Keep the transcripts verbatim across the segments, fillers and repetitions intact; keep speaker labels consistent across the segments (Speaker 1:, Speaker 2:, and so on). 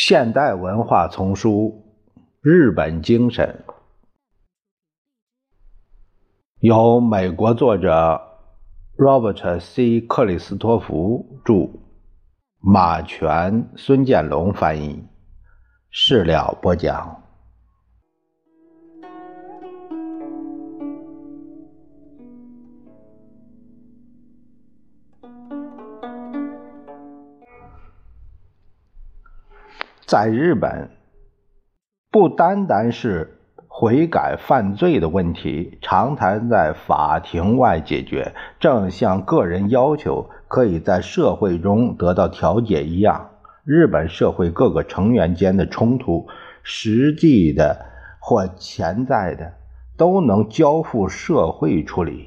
Speaker 1: 现代文化丛书《日本精神》，由美国作者 Robert C. 克里斯托弗著，马全、孙建龙翻译，事了播讲。在日本，不单单是悔改犯罪的问题常常在法庭外解决，正像个人要求可以在社会中得到调解一样，日本社会各个成员间的冲突，实际的或潜在的，都能交付社会处理。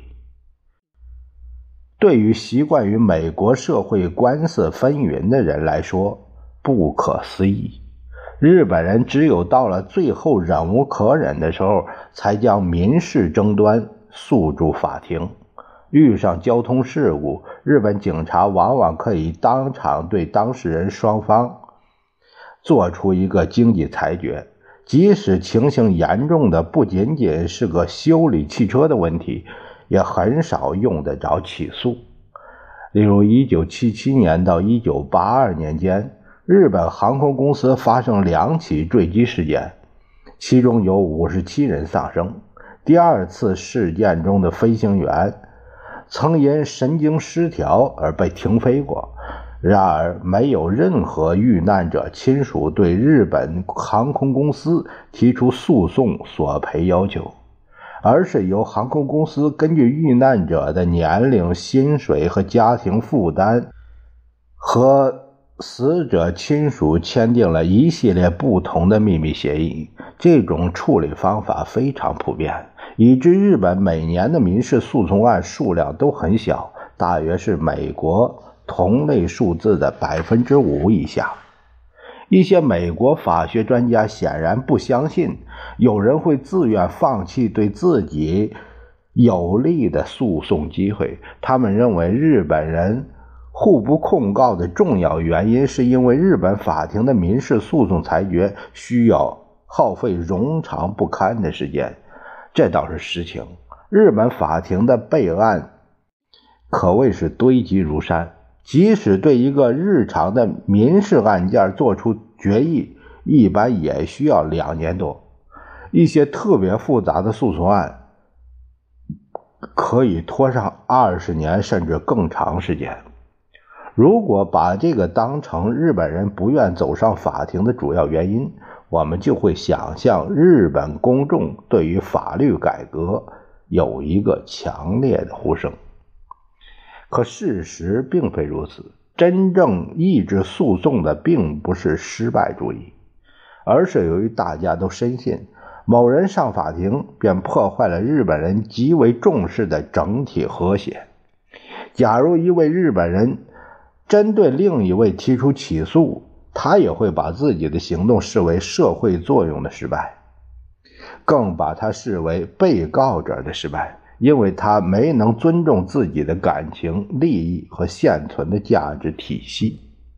Speaker 1: 对于习惯于美国社会官司纷纭的人来说，不可思议，日本人只有到了最后忍无可忍的时候，才将民事争端诉诸法庭。遇上交通事故，日本警察往往可以当场对当事人双方做出一个经济裁决，即使情形严重的不仅仅是个修理汽车的问题，也很少用得着起诉。例如一九七七年到一九八二年间，日本航空公司发生两起坠机事件，其中有五十七人丧生。第二次事件中的飞行员曾因神经失调而被停飞过，然而没有任何遇难者亲属对日本航空公司提出诉讼索赔要求，而是由航空公司根据遇难者的年龄、薪水和家庭负担和死者亲属签订了一系列不同的秘密协议。这种处理方法非常普遍，以致日本每年的民事诉讼案数量都很小，大约是美国同类数字的 百分之五 以下。一些美国法学专家显然不相信有人会自愿放弃对自己有利的诉讼机会，他们认为日本人互不控告的重要原因是因为日本法庭的民事诉讼裁决需要耗费冗长不堪的时间。这倒是实情，日本法庭的备案可谓是堆积如山，即使对一个日常的民事案件做出决议，一般也需要两年多。一些特别复杂的诉讼案可以拖上二十年甚至更长时间。如果把这个当成日本人不愿走上法庭的主要原因，我们就会想象日本公众对于法律改革有一个强烈的呼声。可事实并非如此，真正抑制诉讼的并不是失败主义，而是由于大家都深信某人上法庭便破坏了日本人极为重视的整体和谐。假如一位日本人针对另一位提出起诉，他也会把自己的行动视为社会作用的失败，更把它视为被告者的失败，因为他没能尊重自己的感情、利益和现存的价值体系。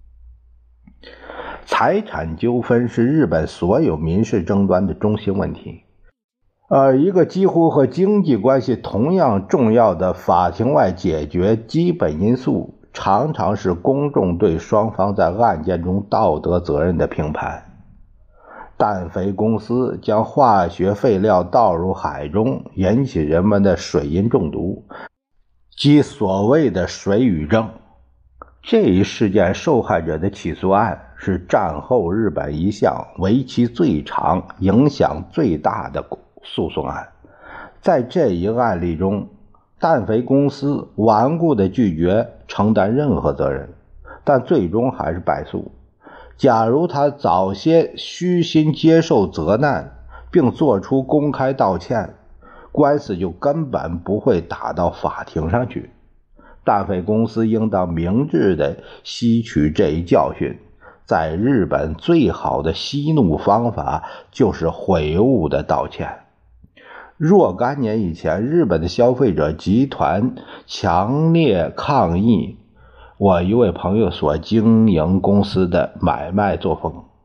Speaker 1: 财产纠纷是日本所有民事争端的中心问题，而一个几乎和经济关系同样重要的法庭外解决基本因素常常是公众对双方在案件中道德责任的评判。氮肥公司将化学废料倒入海中，引起人们的水银中毒，即所谓的水俣症。这一事件受害者的起诉案是战后日本一项为期最长、影响最大的诉讼案。在这一案例中，氮肥公司顽固地拒绝承担任何责任，但最终还是败诉。假如他早些虚心接受责难，并做出公开道歉，官司就根本不会打到法庭上去。氮肥公司应当明智地吸取这一教训，在日本最好的息怒方法就是悔悟的道歉。若干年以前，日本的消费者集团强烈抗议我一位朋友所经营公司的买卖作风。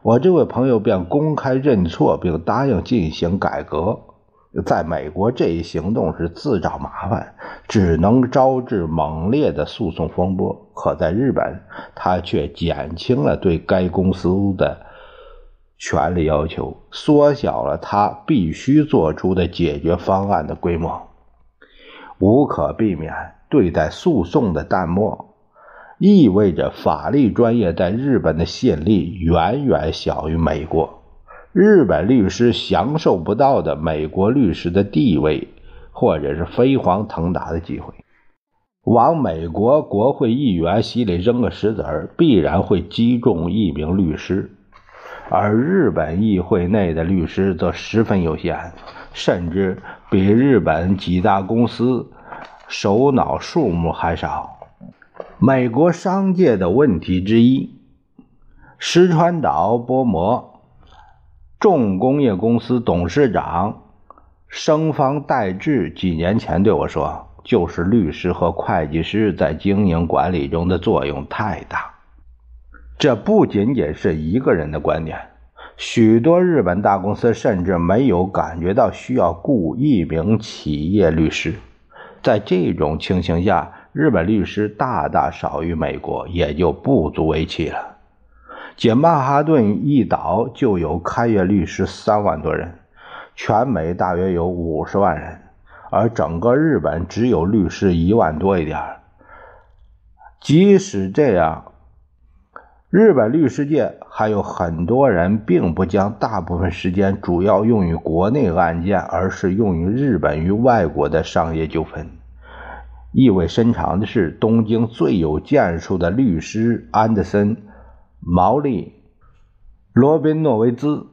Speaker 1: 我这位朋友便公开认错，并答应进行改革。在美国，这一行动是自找麻烦，只能招致猛烈的诉讼风波。可在日本，他却减轻了对该公司的权利要求，缩小了他必须做出的解决方案的规模。无可避免，对待诉讼的淡漠意味着法律专业在日本的吸引力远远小于美国。日本律师享受不到的美国律师的地位，或者是飞黄腾达的机会。往美国国会议员席里扔个石子儿，必然会击中一名律师，而日本议会内的律师则十分有限，甚至比日本几大公司首脑数目还少。美国商界的问题之一，石川岛波摩重工业公司董事长生方代治几年前对我说，就是律师和会计师在经营管理中的作用太大。这不仅仅是一个人的观点，许多日本大公司甚至没有感觉到需要雇一名企业律师。在这种情形下，日本律师大大少于美国，也就不足为奇了。仅曼哈顿一岛就有开业律师三万多人，全美大约有五十万人，而整个日本只有律师一万多一点。即使这样，日本律师界还有很多人并不将大部分时间主要用于国内案件，而是用于日本与外国的商业纠纷。意味深长的是，东京最有建树的律师安德森、毛利、罗宾诺维兹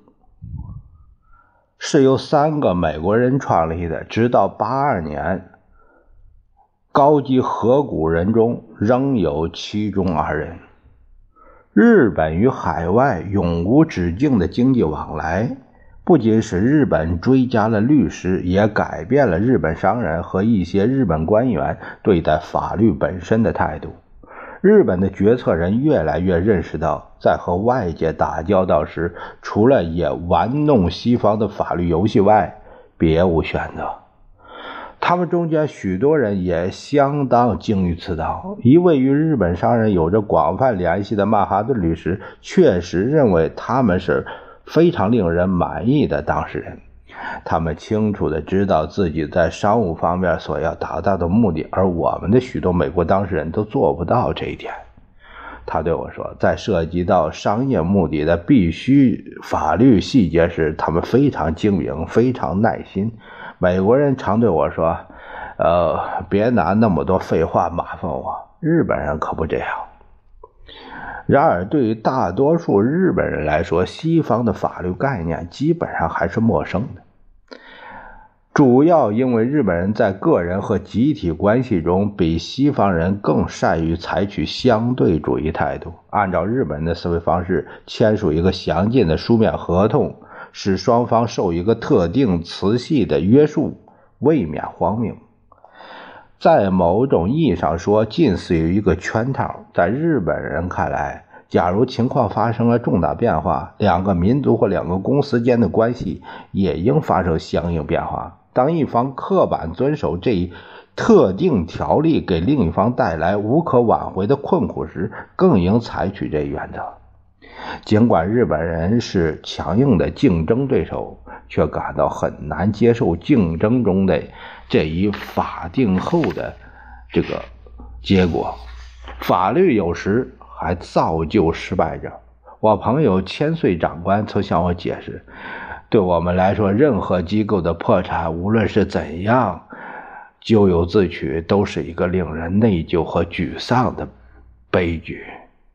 Speaker 1: 是由三个美国人创立的，直到八二年，高级合股人中仍有其中二人。日本与海外永无止境的经济往来，不仅使日本追加了律师，也改变了日本商人和一些日本官员对待法律本身的态度。日本的决策人越来越认识到，在和外界打交道时，除了也玩弄西方的法律游戏外，别无选择。他们中间许多人也相当精于此道。一位与日本商人有着广泛联系的曼哈顿律师确实认为他们是非常令人满意的当事人。他们清楚地知道自己在商务方面所要达到的目的，而我们的许多美国当事人都做不到这一点。他对我说，在涉及到商业目的的必须法律细节时，他们非常精明，非常耐心。美国人常对我说，呃，别拿那么多废话麻烦我。日本人可不这样。然而，对于大多数日本人来说，西方的法律概念基本上还是陌生的。主要因为日本人在个人和集体关系中比西方人更善于采取相对主义态度。按照日本的思维方式，签署一个详尽的书面合同，使双方受一个特定词系的约束，未免荒谬。在某种意义上说，近似于一个圈套。在日本人看来，假如情况发生了重大变化，两个民族或两个公司间的关系也应发生相应变化。当一方刻板遵守这一特定条例给另一方带来无可挽回的困苦时，更应采取这一原则。尽管日本人是强硬的竞争对手，却感到很难接受竞争中的这一法定后的这个结果。法律有时还造就失败者。我朋友千岁长官曾向我解释，对我们来说，任何机构的破产，无论是怎样咎由自取，都是一个令人内疚和沮丧的悲剧。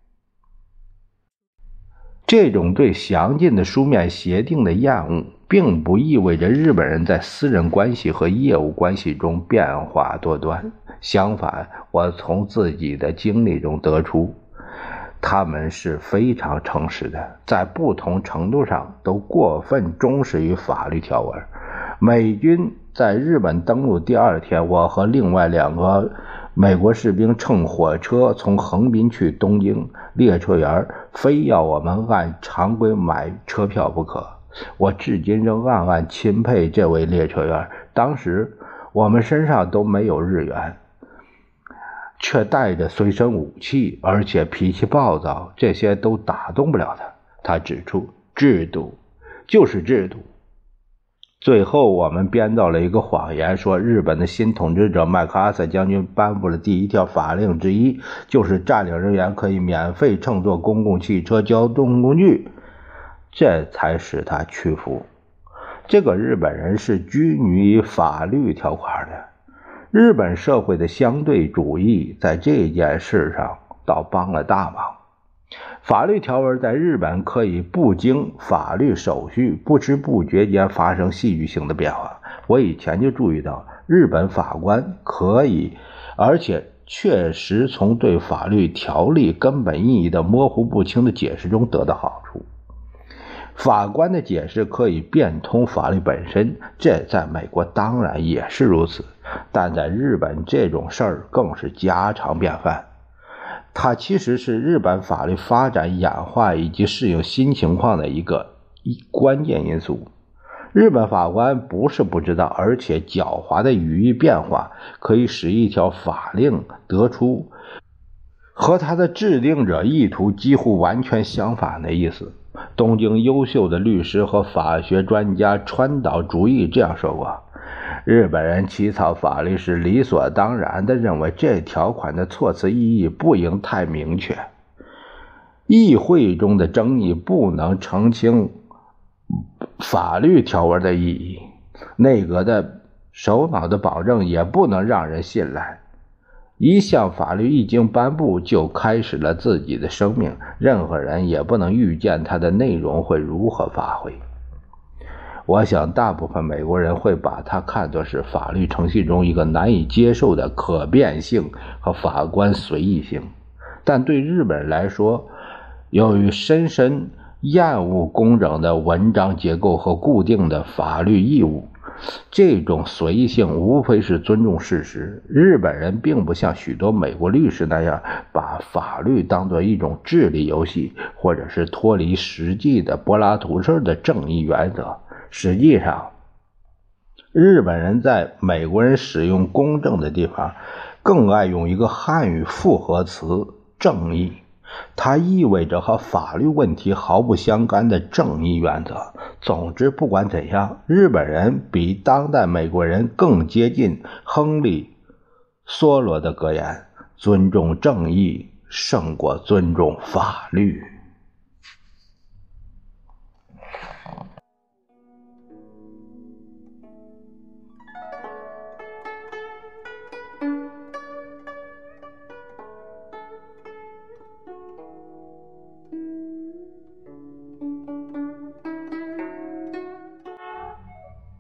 Speaker 1: 这种对详尽的书面协定的厌恶，并不意味着日本人在私人关系和业务关系中变化多端。相反，我从自己的经历中得出，他们是非常诚实的，在不同程度上都过分忠实于法律条文。美军在日本登陆第二天，我和另外两个美国士兵乘火车从横滨去东京，列车员非要我们按常规买车票不可。我至今仍暗暗钦佩这位列车员，当时我们身上都没有日元，却带着随身武器，而且脾气暴躁，这些都打动不了他。他指出，制度就是制度。最后我们编造了一个谎言，说日本的新统治者麦克阿瑟将军颁布了第一条法令之一，就是占领人员可以免费乘坐公共汽车交通工具，这才使他屈服。这个日本人是拘泥于法律条款的，日本社会的相对主义在这件事上倒帮了大忙。法律条文在日本可以不经法律手续，不知不觉间发生戏剧性的变化。我以前就注意到，日本法官可以，而且确实从对法律条例根本意义的模糊不清的解释中得到好处。法官的解释可以变通法律本身，这在美国当然也是如此，但在日本这种事儿更是家常便饭。它其实是日本法律发展演化以及适应新情况的一个关键因素。日本法官不是不知道，而且狡猾的语义变化可以使一条法令得出和他的制定者意图几乎完全相反的意思。东京优秀的律师和法学专家川岛主义这样说过，日本人起草法律时理所当然地认为这条款的措辞意义不应太明确，议会中的争议不能澄清法律条文的意义，内阁的首脑的保证也不能让人信赖。一项法律一经颁布就开始了自己的生命，任何人也不能预见它的内容会如何发挥。我想大部分美国人会把它看作是法律程序中一个难以接受的可变性和法官随意性，但对日本人来说，由于深深厌恶工整的文章结构和固定的法律义务，这种随意性无非是尊重事实。日本人并不像许多美国律师那样把法律当作一种智力游戏，或者是脱离实际的柏拉图式的正义原则。实际上，日本人在美国人使用公正的地方更爱用一个汉语复合词正义，它意味着和法律问题毫不相干的正义原则。总之，不管怎样，日本人比当代美国人更接近亨利·梭罗的格言：尊重正义胜过尊重法律。